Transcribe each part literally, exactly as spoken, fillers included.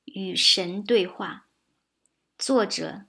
与神对话，作者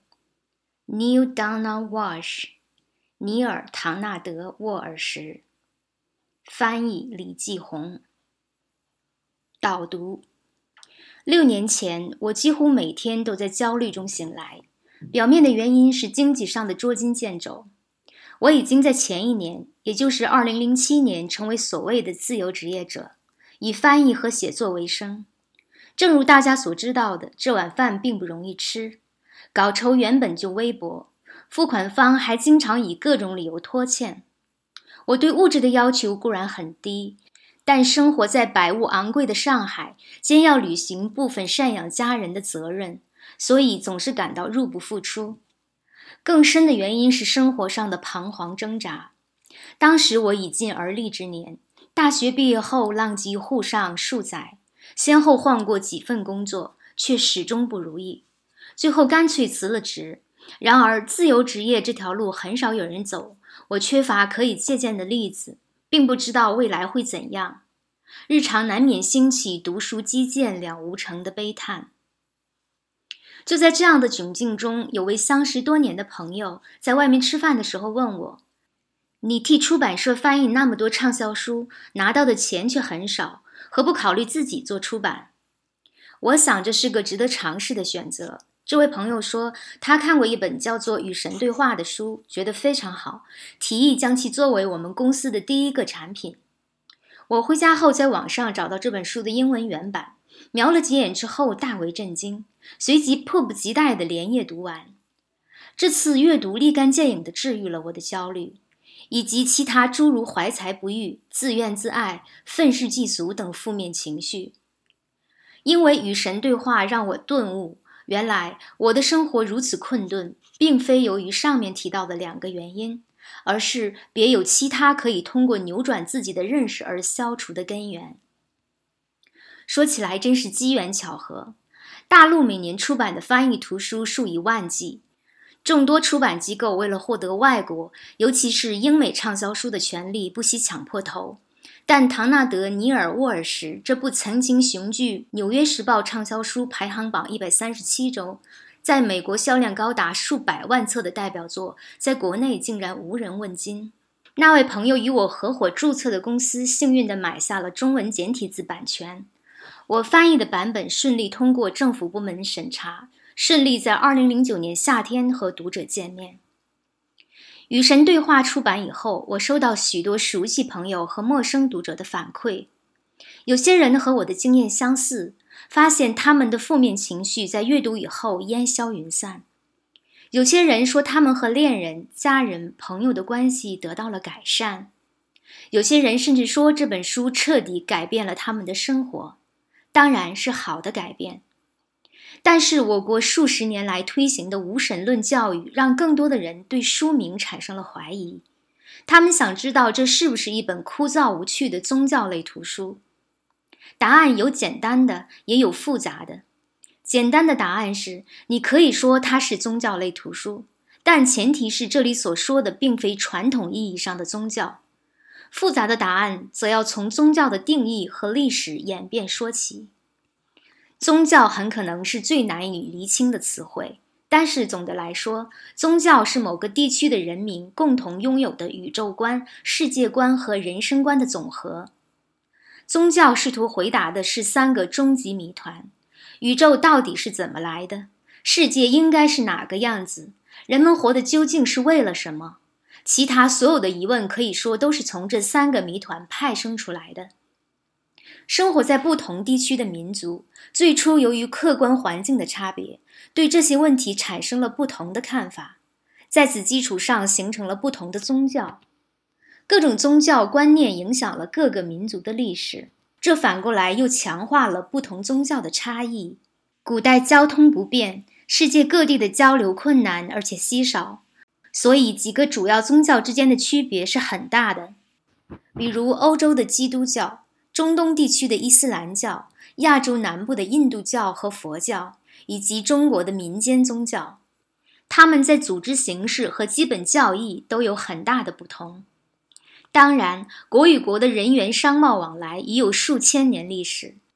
Neil Donald Walsch， 尼尔·唐纳德·沃尔什，翻译李继红。导读：六年前，我几乎每天都在焦虑中醒来，表面的原因是经济上的捉襟见肘。我已经在前一年，也就是二零零七年，成为所谓的自由职业者，以翻译和写作为生。正如大家所知道的，这碗饭并不容易吃，稿酬原本就微薄，付款方还经常以各种理由拖欠。我对物质的要求固然很低，但生活在百物昂贵的上海，兼要履行部分赡养家人的责任，所以总是感到入不敷出。更深的原因是生活上的彷徨挣扎。当时我已近而立之年，大学毕业后浪迹沪上数载，先后换过几份工作，却始终不如意，最后干脆辞了职。然而自由职业这条路很少有人走，我缺乏可以借鉴的例子，并不知道未来会怎样，日常难免兴起读书积渐了无成的悲叹。就在这样的窘境中，有位相识多年的朋友在外面吃饭的时候问我，你替出版社翻译那么多畅销书，拿到的钱却很少，何不考虑自己做出版？我想这是个值得尝试的选择。这位朋友说，他看过一本叫做《与神对话》的书，觉得非常好，提议将其作为我们公司的第一个产品。我回家后在网上找到这本书的英文原版，瞄了几眼之后大为震惊，随即迫不及待地连夜读完。这次阅读立竿见影地治愈了我的焦虑，以及其他诸如怀才不遇、自怨自艾、愤世嫉俗等负面情绪。因为与神对话让我顿悟，原来我的生活如此困顿，并非由于上面提到的两个原因，而是别有其他可以通过扭转自己的认识而消除的根源。说起来真是机缘巧合，大陆每年出版的翻译图书数以万计，众多出版机构为了获得外国，尤其是英美畅销书的权利，不惜抢破头。但唐纳德·尼尔·沃尔什这部曾经雄踞《纽约时报》畅销书排行榜一百三十七周，在美国销量高达数百万册的代表作，在国内竟然无人问津。那位朋友与我合伙注册的公司幸运地买下了中文简体字版权，我翻译的版本顺利通过政府部门审查，顺利在二零零九年夏天和读者见面。与神对话出版以后，我收到许多熟悉朋友和陌生读者的反馈。有些人和我的经验相似，发现他们的负面情绪在阅读以后烟消云散。有些人说他们和恋人、家人、朋友的关系得到了改善。有些人甚至说这本书彻底改变了他们的生活，当然是好的改变。但是我国数十年来推行的无神论教育，让更多的人对书名产生了怀疑。他们想知道这是不是一本枯燥无趣的宗教类图书。答案有简单的，也有复杂的。简单的答案是，你可以说它是宗教类图书，但前提是这里所说的并非传统意义上的宗教。复杂的答案则要从宗教的定义和历史演变说起。宗教很可能是最难以厘清的词汇，但是总的来说，宗教是某个地区的人民共同拥有的宇宙观、世界观和人生观的总和。宗教试图回答的是三个终极谜团：宇宙到底是怎么来的？世界应该是哪个样子？人们活得究竟是为了什么？其他所有的疑问可以说都是从这三个谜团派生出来的。生活在不同地区的民族，最初由于客观环境的差别，对这些问题产生了不同的看法，在此基础上形成了不同的宗教。各种宗教观念影响了各个民族的历史，这反过来又强化了不同宗教的差异。古代交通不便，世界各地的交流困难而且稀少，所以几个主要宗教之间的区别是很大的。比如欧洲的基督教，中东地区的伊斯兰教，亚洲南部的印度教和佛教，以及中国的民间宗教，他们在组织形式和基本教义都有很大的不同。当然，国与国的人员商贸往来已有数千年历史。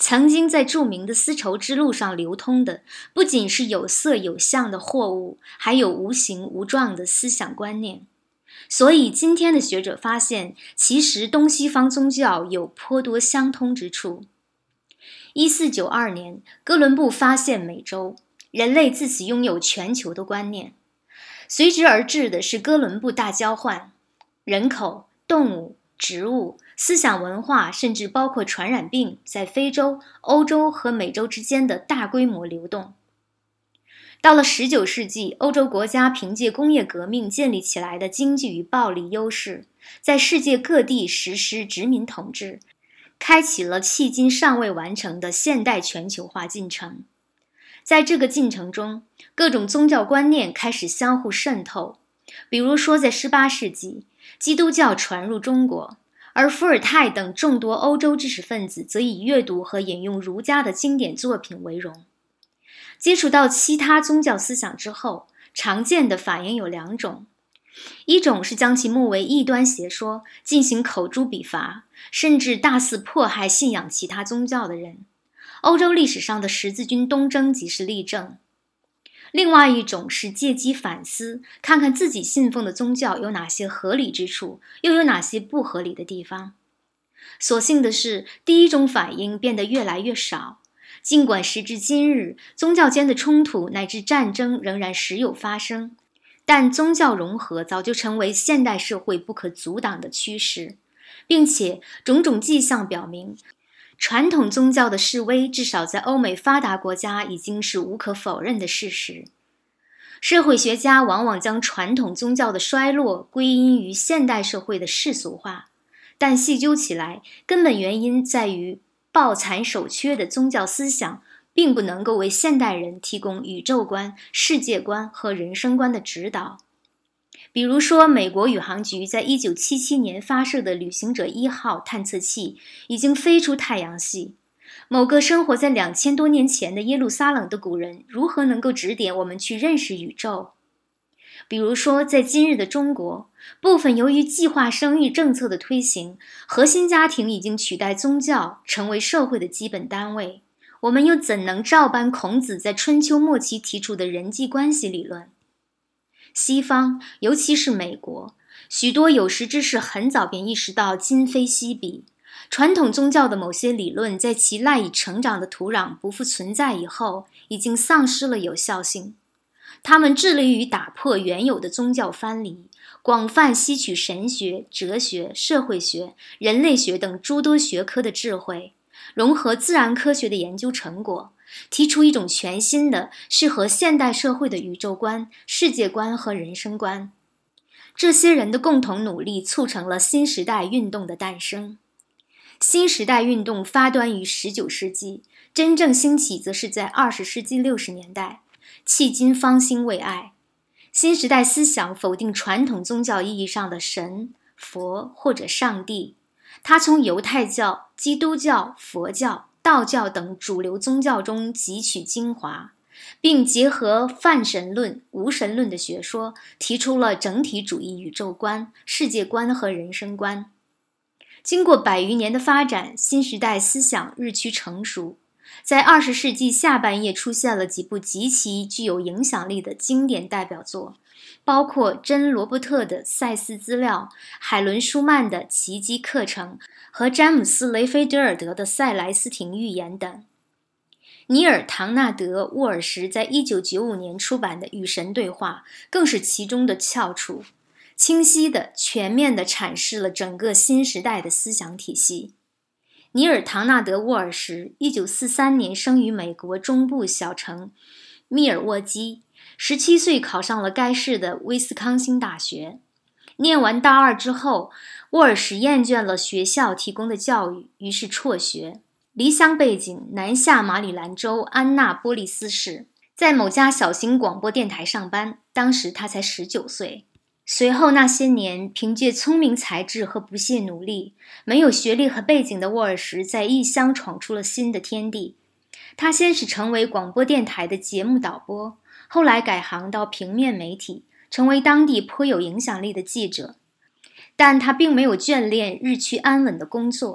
曾经在著名的丝绸之路上流通的，不仅是有色有相的货物，还有无形无状的思想观念。所以今天的学者发现，其实东西方宗教有颇多相通之处。一四九二年，哥伦布发现美洲，人类自此拥有全球的观念。随之而至的是哥伦布大交换，人口、动物、植物、思想文化，甚至包括传染病，在非洲、欧洲和美洲之间的大规模流动。到了十九世纪，欧洲国家凭借工业革命建立起来的经济与暴力优势，在世界各地实施殖民统治，开启了迄今尚未完成的现代全球化进程。在这个进程中，各种宗教观念开始相互渗透。比如说，在十八世纪，基督教传入中国，而伏尔泰等众多欧洲知识分子则以阅读和引用儒家的经典作品为荣。接触到其他宗教思想之后，常见的反应有两种。一种是将其目为异端邪说，进行口诛笔伐，甚至大肆迫害信仰其他宗教的人。欧洲历史上的十字军东征即是例证。另外一种是借机反思，看看自己信奉的宗教有哪些合理之处，又有哪些不合理的地方。所幸的是，第一种反应变得越来越少。尽管时至今日，宗教间的冲突乃至战争仍然时有发生，但宗教融合早就成为现代社会不可阻挡的趋势，并且种种迹象表明，传统宗教的式微至少在欧美发达国家已经是无可否认的事实。社会学家往往将传统宗教的衰落归因于现代社会的世俗化，但细究起来，根本原因在于抱残守缺的宗教思想并不能够为现代人提供宇宙观、世界观和人生观的指导。比如说，美国宇航局在一九七七年发射的旅行者一号探测器已经飞出太阳系。某个生活在两千多年前的耶路撒冷的古人如何能够指点我们去认识宇宙？比如说，在今日的中国，部分由于计划生育政策的推行，核心家庭已经取代宗教成为社会的基本单位。我们又怎能照搬孔子在春秋末期提出的人际关系理论？西方，尤其是美国，许多有识之士很早便意识到今非昔比，传统宗教的某些理论在其赖以成长的土壤不复存在以后，已经丧失了有效性。他们致力于打破原有的宗教藩篱，广泛吸取神学、哲学、社会学、人类学等诸多学科的智慧，融合自然科学的研究成果，提出一种全新的、适合现代社会的宇宙观、世界观和人生观。这些人的共同努力促成了新时代运动的诞生。新时代运动发端于十九世纪，真正兴起则是在二十世纪六十年代，迄今方兴未艾。新时代思想否定传统宗教意义上的神、佛或者上帝，它从犹太教、基督教、佛教、道教等主流宗教中汲取精华，并结合泛神论、无神论的学说，提出了整体主义宇宙观、世界观和人生观。经过百余年的发展，新时代思想日趋成熟，在二十世纪下半叶出现了几部极其具有影响力的经典代表作，包括珍·罗伯特的《赛斯资料》、海伦·舒曼的《奇迹课程》和詹姆斯·雷菲德尔德的《塞莱斯廷预言》等。尼尔·唐纳德·沃尔什在一九九五年出版的《与神对话》更是其中的翘楚，清晰地、全面地阐释了整个新时代的思想体系。尼尔·唐纳德·沃尔什一九四三年生于美国中部小城密尔沃基，十七岁考上了该市的威斯康星大学。念完大二之后，沃尔什厌倦了学校提供的教育，于是辍学。离乡背景，南下马里兰州安纳波利斯市，在某家小型广播电台上班，当时他才十九岁。随后那些年，凭借聪明才智和不懈努力，没有学历和背景的沃尔什在异乡闯出了新的天地。他先是成为广播电台的节目导播，后来改行到平面媒体，成为当地颇有影响力的记者。但他并没有眷恋日趋安稳的工作，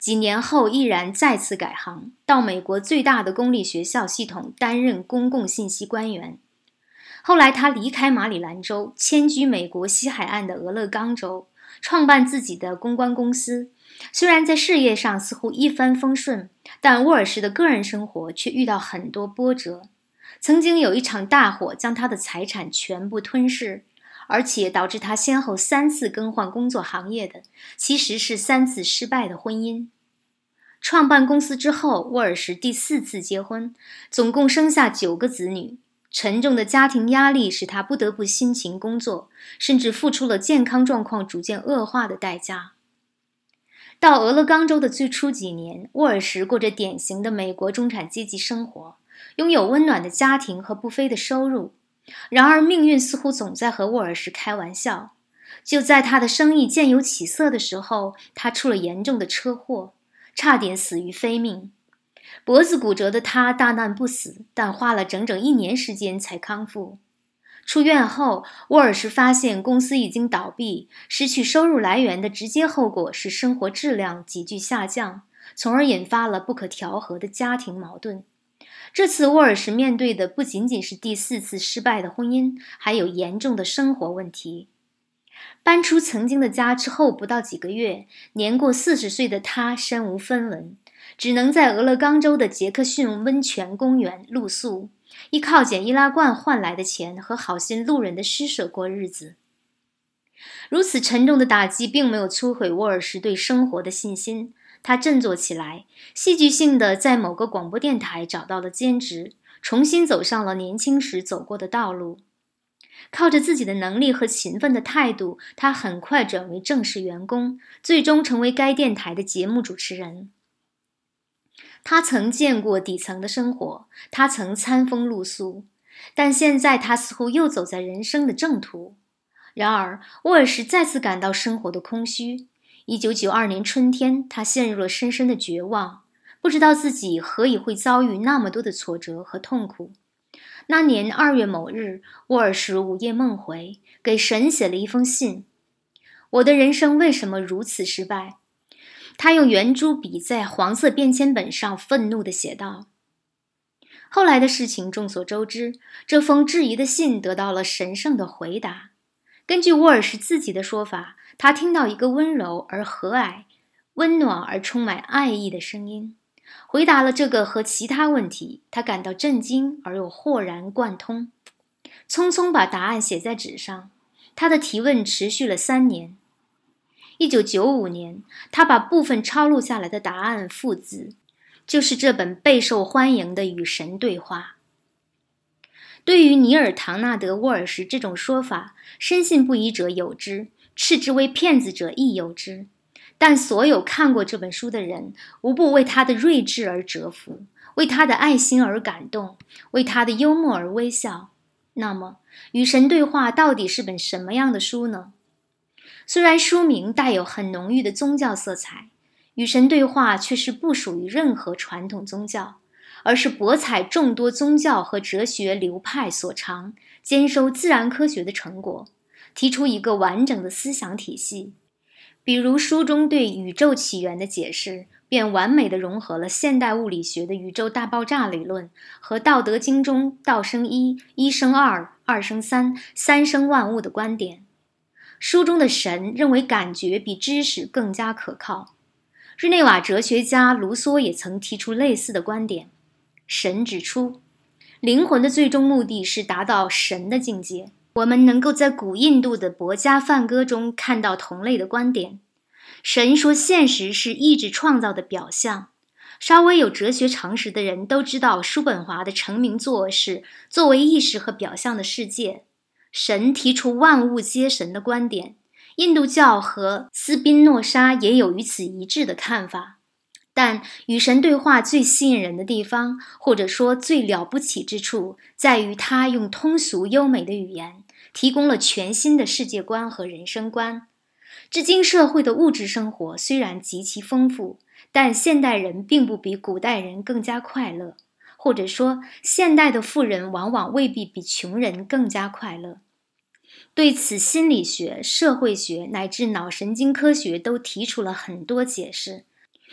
几年后毅然再次改行，到美国最大的公立学校系统担任公共信息官员。后来他离开马里兰州，迁居美国西海岸的俄勒冈州，创办自己的公关公司。虽然在事业上似乎一帆风顺，但沃尔什的个人生活却遇到很多波折。曾经有一场大火将他的财产全部吞噬，而且导致他先后三次更换工作行业的，其实是三次失败的婚姻。创办公司之后，沃尔什第四次结婚，总共生下九个子女。沉重的家庭压力使他不得不辛勤工作，甚至付出了健康状况逐渐恶化的代价。到俄勒冈州的最初几年，沃尔什过着典型的美国中产阶级生活，拥有温暖的家庭和不菲的收入。然而命运似乎总在和沃尔什开玩笑。就在他的生意渐有起色的时候，他出了严重的车祸，差点死于非命。脖子骨折的他大难不死，但花了整整一年时间才康复。出院后，沃尔什发现公司已经倒闭，失去收入来源的直接后果是生活质量急剧下降，从而引发了不可调和的家庭矛盾。这次沃尔什面对的不仅仅是第四次失败的婚姻，还有严重的生活问题。搬出曾经的家之后不到几个月，年过四十岁的他身无分文，只能在俄勒冈州的杰克逊温泉公园露宿，依靠捡易拉罐换来的钱和好心路人的施舍过日子。如此沉重的打击并没有摧毁沃尔什对生活的信心，他振作起来，戏剧性地在某个广播电台找到了兼职，重新走上了年轻时走过的道路。靠着自己的能力和勤奋的态度，他很快转为正式员工，最终成为该电台的节目主持人。他曾见过底层的生活，他曾餐风露宿，但现在他似乎又走在人生的正途。然而，沃尔什再次感到生活的空虚。一九九二年春天，他陷入了深深的绝望，不知道自己何以会遭遇那么多的挫折和痛苦。那年二月某日，沃尔什午夜梦回，给神写了一封信。我的人生为什么如此失败？他用圆珠笔在黄色便签本上愤怒地写道。后来的事情众所周知，这封质疑的信得到了神圣的回答。根据沃尔什自己的说法，他听到一个温柔而和蔼、温暖而充满爱意的声音，回答了这个和其他问题。他感到震惊而又豁然贯通，匆匆把答案写在纸上。他的提问持续了三年。一九九五年，他把部分抄录下来的答案复制，就是这本备受欢迎的《与神对话》。对于尼尔·唐纳德·沃尔什这种说法，深信不疑者有之，斥之为骗子者亦有之。但所有看过这本书的人，无不为他的睿智而折服，为他的爱心而感动，为他的幽默而微笑。那么，《与神对话》到底是本什么样的书呢？虽然书名带有很浓郁的宗教色彩，《与神对话》却是不属于任何传统宗教，而是博采众多宗教和哲学流派所长，兼收自然科学的成果，提出一个完整的思想体系。比如书中对宇宙起源的解释，便完美地融合了现代物理学的宇宙大爆炸理论和《道德经》中道生一，一生二，二生三，三生万物的观点。书中的神认为感觉比知识更加可靠。日内瓦哲学家卢梭也曾提出类似的观点。神指出，灵魂的最终目的是达到神的境界。我们能够在古印度的博伽梵歌中看到同类的观点。神说现实是意志创造的表象。稍微有哲学常识的人都知道叔本华的成名作是作为意识和表象的世界。神提出万物皆神的观点，印度教和斯宾诺莎也有与此一致的看法。但与神对话最吸引人的地方，或者说最了不起之处，在于他用通俗优美的语言提供了全新的世界观和人生观。至今社会的物质生活虽然极其丰富，但现代人并不比古代人更加快乐，或者说现代的富人往往未必比穷人更加快乐。对此，心理学、社会学乃至脑神经科学都提出了很多解释。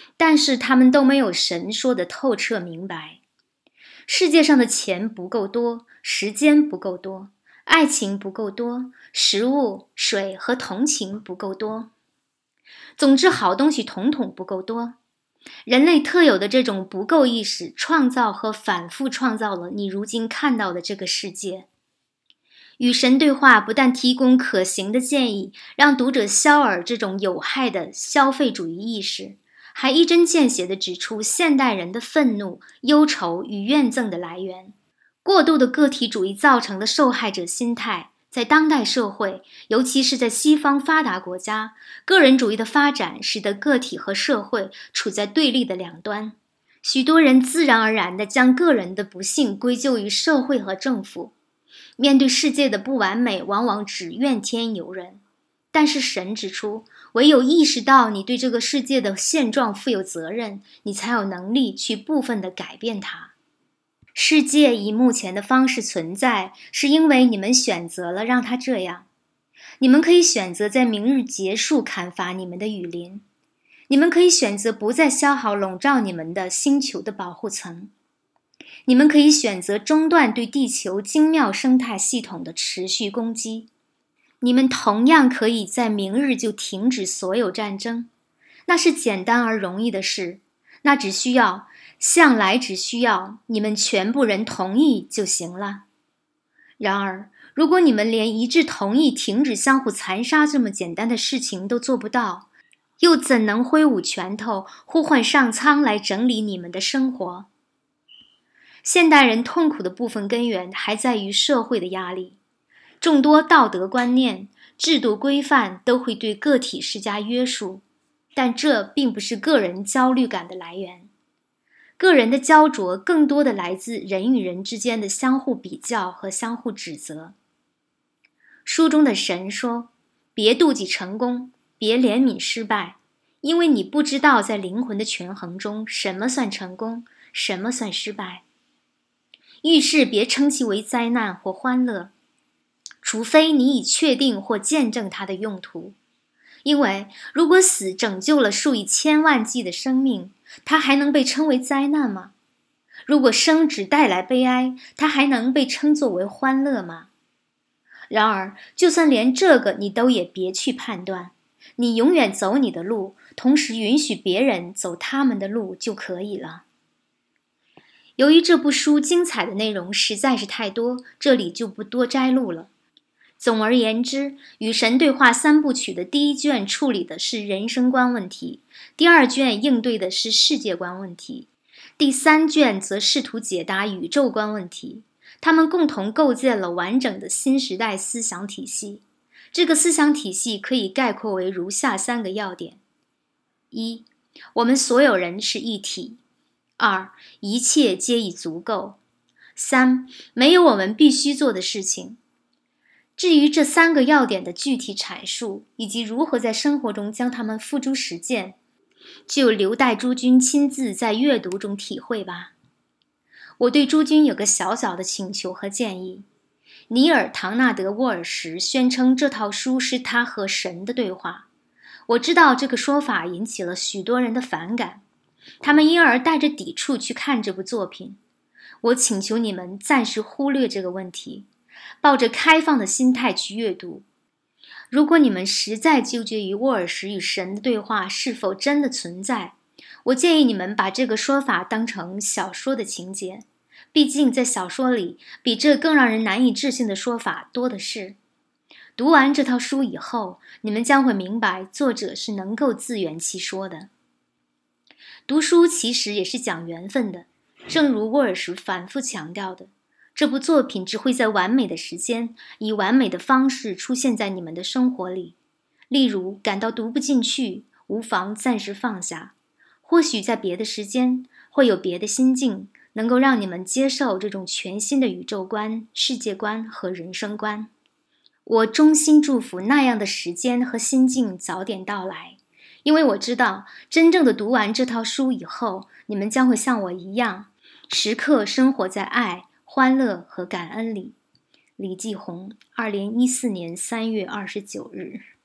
但是他们都没有神说的透彻明白。世界上的钱不够多，时间不够多，爱情不够多，食物、水和同情不够多。总之，好东西统统不够多。人类特有的这种不够意识，创造和反复创造了你如今看到的这个世界。与神对话不但提供可行的建议，让读者消耳这种有害的消费主义意识，还一针见血地指出现代人的愤怒、忧愁与怨憎的来源。过度的个体主义造成的受害者心态，在当代社会，尤其是在西方发达国家，个人主义的发展使得个体和社会处在对立的两端。许多人自然而然地将个人的不幸归咎于社会和政府，面对世界的不完美，往往只怨天尤人。但是神指出，唯有意识到你对这个世界的现状负有责任，你才有能力去部分地改变它。世界以目前的方式存在，是因为你们选择了让它这样。你们可以选择在明日结束砍伐你们的雨林，你们可以选择不再消耗笼罩你们的星球的保护层，你们可以选择中断对地球精妙生态系统的持续攻击。你们同样可以在明日就停止所有战争，那是简单而容易的事，那只需要向来只需要你们全部人同意就行了。然而，如果你们连一致同意停止相互残杀这么简单的事情都做不到，又怎能挥舞拳头呼唤上苍来整理你们的生活？现代人痛苦的部分根源还在于社会的压力，众多道德观念、制度规范都会对个体施加约束，但这并不是个人焦虑感的来源。个人的焦灼更多的来自人与人之间的相互比较和相互指责。书中的神说，别妒忌成功，别怜悯失败，因为你不知道在灵魂的权衡中，什么算成功，什么算失败。遇事别称其为灾难或欢乐，除非你已确定或见证它的用途。因为如果死拯救了数以千万计的生命，它还能被称为灾难吗？如果生只带来悲哀，它还能被称作为欢乐吗？然而，就算连这个你都也别去判断，你永远走你的路，同时允许别人走他们的路就可以了。由于这部书精彩的内容实在是太多，这里就不多摘录了。总而言之，与神对话三部曲的第一卷处理的是人生观问题，第二卷应对的是世界观问题，第三卷则试图解答宇宙观问题。他们共同构建了完整的新时代思想体系。这个思想体系可以概括为如下三个要点：一、我们所有人是一体；二、一切皆已足够；三、没有我们必须做的事情。至于这三个要点的具体阐述，以及如何在生活中将它们付诸实践，就留待诸君亲自在阅读中体会吧。我对诸君有个小小的请求和建议。尼尔·唐纳德·沃尔什宣称这套书是他和神的对话。我知道这个说法引起了许多人的反感，他们因而带着抵触去看这部作品。我请求你们暂时忽略这个问题，抱着开放的心态去阅读。如果你们实在纠结于沃尔什与神的对话是否真的存在，我建议你们把这个说法当成小说的情节，毕竟在小说里，比这更让人难以置信的说法多的是。读完这套书以后，你们将会明白作者是能够自圆其说的。读书其实也是讲缘分的，正如沃尔什反复强调的，这部作品只会在完美的时间，以完美的方式出现在你们的生活里。例如，感到读不进去，无妨暂时放下。或许在别的时间，会有别的心境，能够让你们接受这种全新的宇宙观、世界观和人生观。我衷心祝福那样的时间和心境早点到来，因为我知道，真正的读完这套书以后，你们将会像我一样，时刻生活在爱、欢乐和感恩里。李继红，二零一四年三月二十九日。